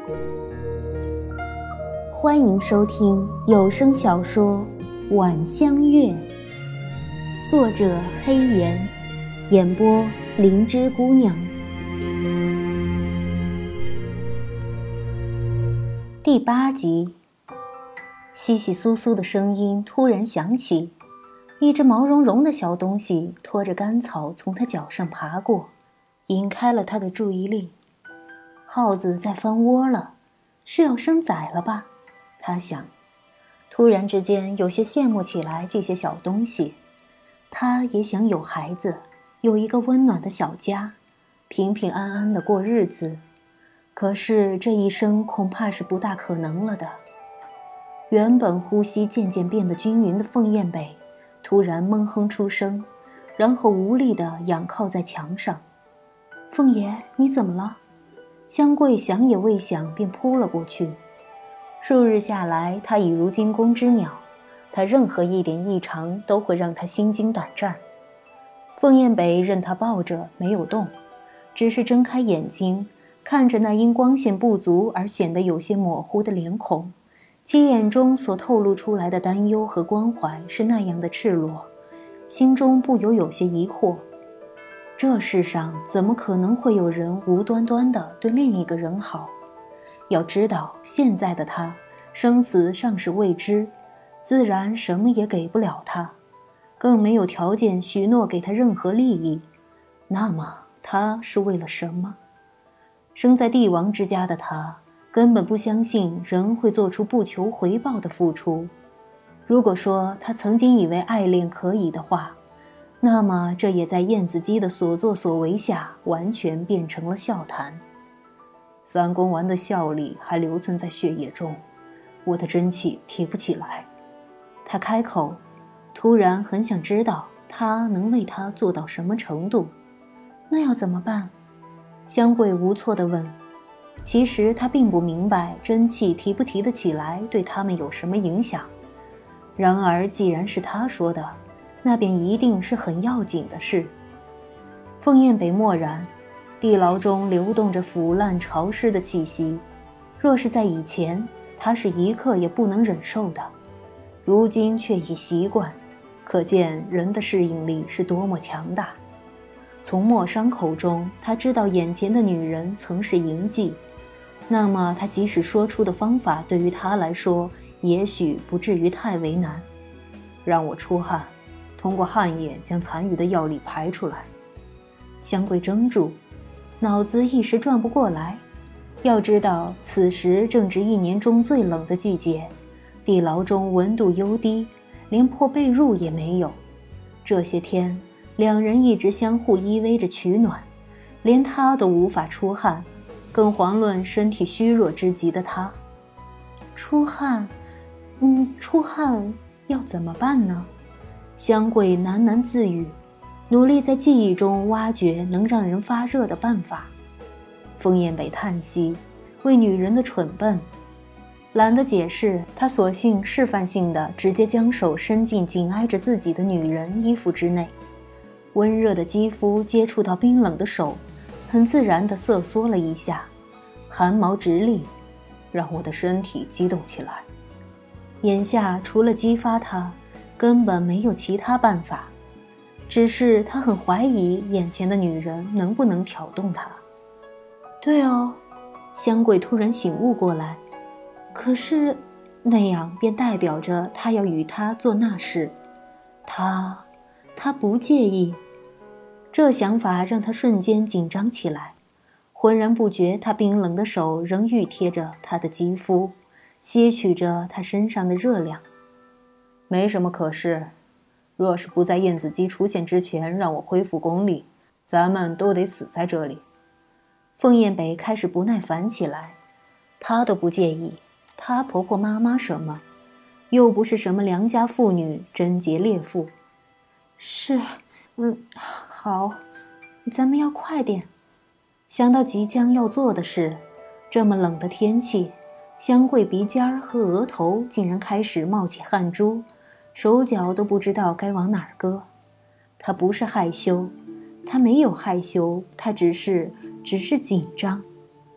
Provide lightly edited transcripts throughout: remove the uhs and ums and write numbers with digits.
欢迎收听有声小说《晚香月》，作者黑岩，演播灵芝姑娘。第8集，窸窸窣窣的声音突然响起，一只毛茸茸的小东西拖着干草从他脚上爬过，引开了他的注意力。耗子在翻窝了，是要生崽了吧？他想，突然之间有些羡慕起来这些小东西。他也想有孩子，有一个温暖的小家，平平安安的过日子。可是这一生恐怕是不大可能了的。原本呼吸渐渐变得均匀的凤燕北突然闷哼出声，然后无力地仰靠在墙上。凤爷，你怎么了？香桂想也未想便扑了过去。数日下来，他已如惊弓之鸟，他任何一点异常都会让他心惊胆战。凤燕北任他抱着没有动，只是睁开眼睛看着那因光线不足而显得有些模糊的脸孔，其眼中所透露出来的担忧和关怀是那样的赤裸，心中不由有些疑惑。这世上怎么可能会有人无端端地对另一个人好？要知道现在的他生死尚是未知，自然什么也给不了他，更没有条件许诺给他任何利益。那么他是为了什么？生在帝王之家的他根本不相信人会做出不求回报的付出。如果说他曾经以为爱恋可以的话，那么这也在燕子姬的所作所为下完全变成了笑谈。三公丸的效力还留存在血液中，我的真气提不起来。他开口，突然很想知道他能为他做到什么程度。那要怎么办？香桂无措地问。其实他并不明白真气提不提得起来对他们有什么影响，然而既然是他说的，那便一定是很要紧的事。凤燕北默然，地牢中流动着腐烂潮湿的气息，若是在以前，他是一刻也不能忍受的，如今却已习惯，可见人的适应力是多么强大。从莫商口中，他知道眼前的女人曾是淫妓，那么他即使说出的方法对于他来说也许不至于太为难。让我出汗，通过汗液将残余的药力排出来。香桂怔住，脑子一时转不过来。要知道此时正值一年中最冷的季节，地牢中温度幽低，连破被褥也没有。这些天两人一直相互依偎着取暖，连他都无法出汗，更遑论身体虚弱之极的他。出汗要怎么办呢？香桂喃喃自语，努力在记忆中挖掘能让人发热的办法。凤燕北叹息，为女人的蠢笨，懒得解释，他索性示范性的直接将手伸进紧挨着自己的女人衣服之内，温热的肌肤接触到冰冷的手，很自然地瑟缩了一下，汗毛直立，让我的身体激动起来。眼下除了激发他，根本没有其他办法，只是他很怀疑眼前的女人能不能挑动他。对哦，香桂突然醒悟过来，可是那样便代表着他要与他做那事，他不介意。这想法让他瞬间紧张起来，浑然不觉他冰冷的手仍欲贴着他的肌肤，吸取着他身上的热量。没什么可是，若是不在燕子姬出现之前让我恢复功力，咱们都得死在这里。凤燕北开始不耐烦起来，她都不介意，她婆婆妈妈什么，又不是什么良家妇女贞洁烈妇。是，好，咱们要快点。想到即将要做的事，这么冷的天气，香桂鼻尖和额头竟然开始冒起汗珠，手脚都不知道该往哪儿搁。她不是害羞，她没有害羞，她只是紧张。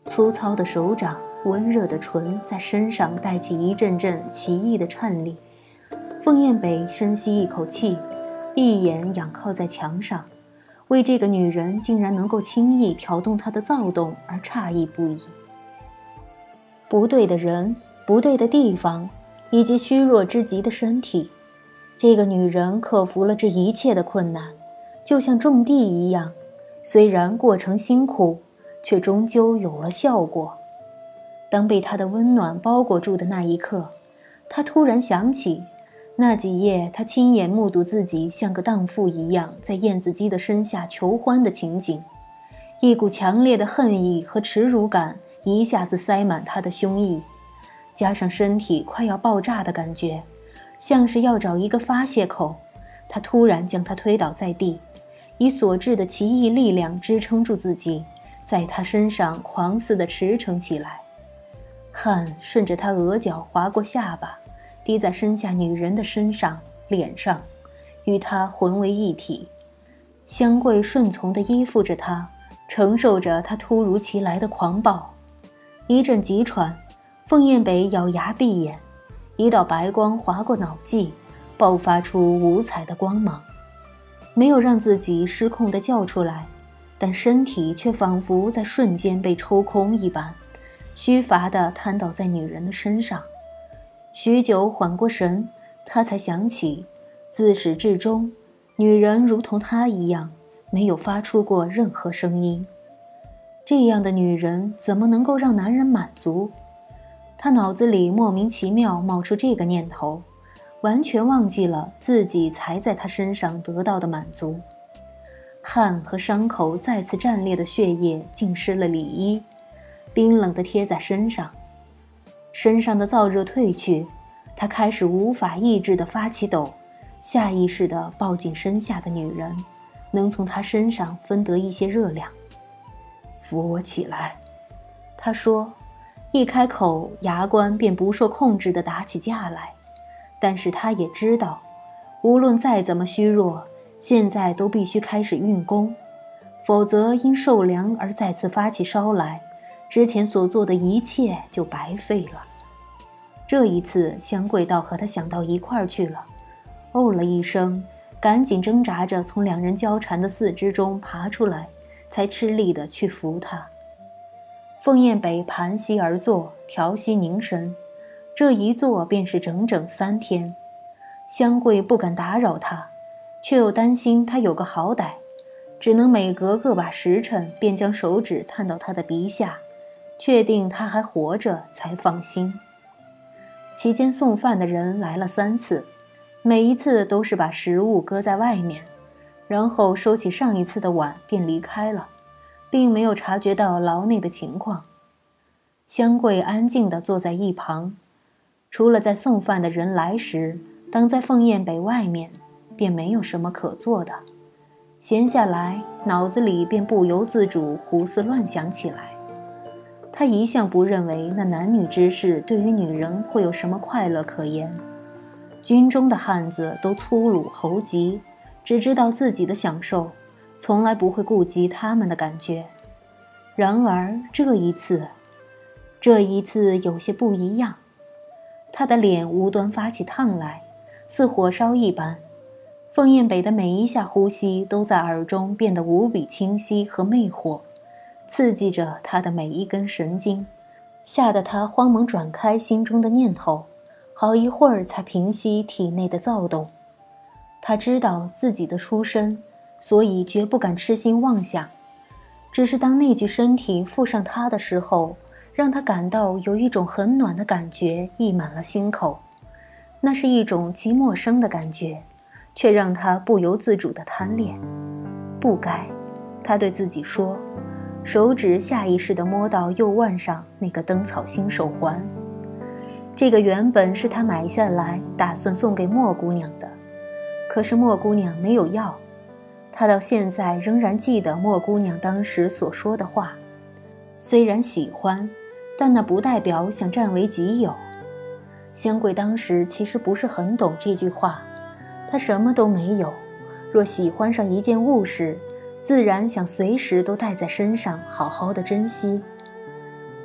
粗糙的手掌，温热的唇在身上带起一阵阵奇异的颤栗。凤燕北深吸一口气，一眼仰靠在墙上，为这个女人竟然能够轻易挑动她的躁动而诧异不已。不对的人，不对的地方，以及虚弱之极的身体，这个女人克服了这一切的困难，就像种地一样，虽然过程辛苦，却终究有了效果。当被她的温暖包裹住的那一刻，她突然想起那几夜她亲眼目睹自己像个荡妇一样在燕子姬的身下求欢的情景，一股强烈的恨意和耻辱感一下子塞满她的胸臆，加上身体快要爆炸的感觉，像是要找一个发泄口，她突然将他推倒在地，以所致的奇异力量支撑住自己，在他身上狂似的驰骋起来。汗顺着他额角划过下巴，滴在身下女人的身上、脸上，与他混为一体。香桂顺从地依附着他，承受着他突如其来的狂暴。一阵急喘，凤燕北咬牙闭眼，一道白光划过脑际，爆发出五彩的光芒。没有让自己失控地叫出来，但身体却仿佛在瞬间被抽空一般，虚乏地瘫倒在女人的身上。许久缓过神，他才想起，自始至终，女人如同他一样，没有发出过任何声音。这样的女人怎么能够让男人满足？他脑子里莫名其妙冒出这个念头，完全忘记了自己才在他身上得到的满足。汗和伤口再次战裂的血液浸湿了里衣，冰冷地贴在身上。身上的燥热退去，他开始无法抑制地发起抖，下意识地抱紧身下的女人，能从她身上分得一些热量。扶我起来，他说，一开口，牙关便不受控制地打起架来。但是他也知道，无论再怎么虚弱，现在都必须开始运功，否则因受凉而再次发起烧来，之前所做的一切就白费了。这一次，香桂倒和他想到一块儿去了，哦了一声，赶紧挣扎着从两人交缠的四肢中爬出来，才吃力地去扶他。凤燕北盘膝而坐，调息凝神，这一坐便是整整3天。香桂不敢打扰他，却又担心他有个好歹，只能每隔个把时辰便将手指探到他的鼻下，确定他还活着才放心。期间送饭的人来了3次，每一次都是把食物搁在外面，然后收起上一次的碗便离开了，并没有察觉到牢内的情况。香桂安静地坐在一旁，除了在送饭的人来时挡在凤燕北外面，便没有什么可做的。闲下来，脑子里便不由自主胡思乱想起来。他一向不认为那男女之事对于女人会有什么快乐可言。军中的汉子都粗鲁猴急，只知道自己的享受，从来不会顾及他们的感觉。然而这一次有些不一样。他的脸无端发起烫来，似火烧一般。凤燕北的每一下呼吸都在耳中变得无比清晰和魅惑，刺激着他的每一根神经，吓得他慌忙转开心中的念头，好一会儿才平息体内的躁动。他知道自己的出身，所以绝不敢痴心妄想，只是当那具身体附上他的时候，让他感到有一种很暖的感觉溢满了心口。那是一种极陌生的感觉，却让他不由自主地贪恋。不该，他对自己说，手指下意识地摸到右腕上那个灯草星手环。这个原本是他买下来打算送给莫姑娘的，可是莫姑娘没有要。他到现在仍然记得莫姑娘当时所说的话，虽然喜欢，但那不代表想占为己有。香桂当时其实不是很懂这句话，她什么都没有，若喜欢上一件物时，自然想随时都带在身上，好好的珍惜。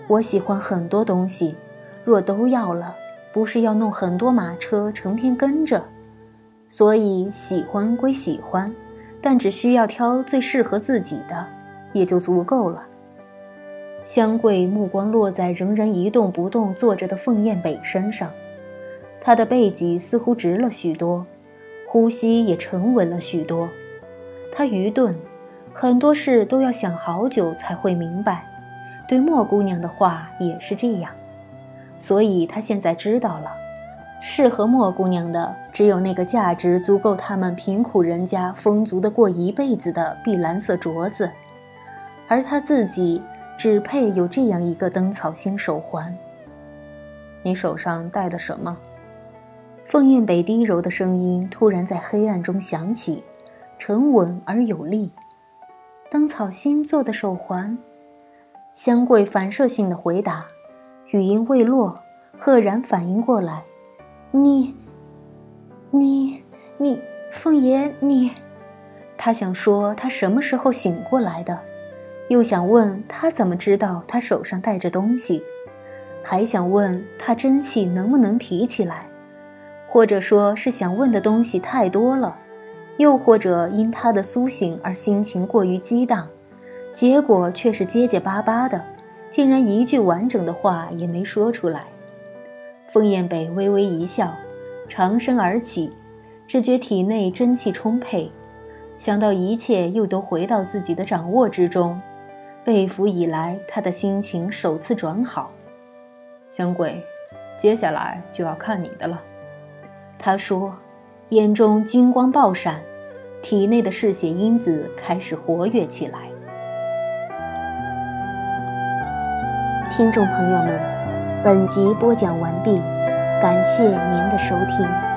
我喜欢很多东西，若都要了，不是要弄很多马车成天跟着。所以喜欢归喜欢，但只需要挑最适合自己的，也就足够了。香桂目光落在仍然一动不动坐着的凤燕北身上，他的背脊似乎直了许多，呼吸也沉稳了许多。他愚钝，很多事都要想好久才会明白，对莫姑娘的话也是这样。所以他现在知道了，适合莫姑娘的只有那个价值足够他们贫苦人家丰足的过一辈子的碧蓝色镯子，而他自己只配有这样一个灯草星手环。你手上戴的什么？凤燕北低柔的声音突然在黑暗中响起，沉稳而有力。灯草星做的手环。香桂反射性的回答，语音未落，赫然反应过来。你，凤爷，你。他想说他什么时候醒过来的，又想问他怎么知道他手上带着东西，还想问他真气能不能提起来，或者说是想问的东西太多了，又或者因他的苏醒而心情过于激荡，结果却是结结巴巴的，竟然一句完整的话也没说出来。凤燕北微微一笑，长身而起，只觉体内真气充沛，想到一切又都回到自己的掌握之中，被俘以来他的心情首次转好。香桂，接下来就要看你的了。他说，眼中金光爆闪，体内的嗜血因子开始活跃起来。听众朋友们，本集播讲完毕，感谢您的收听。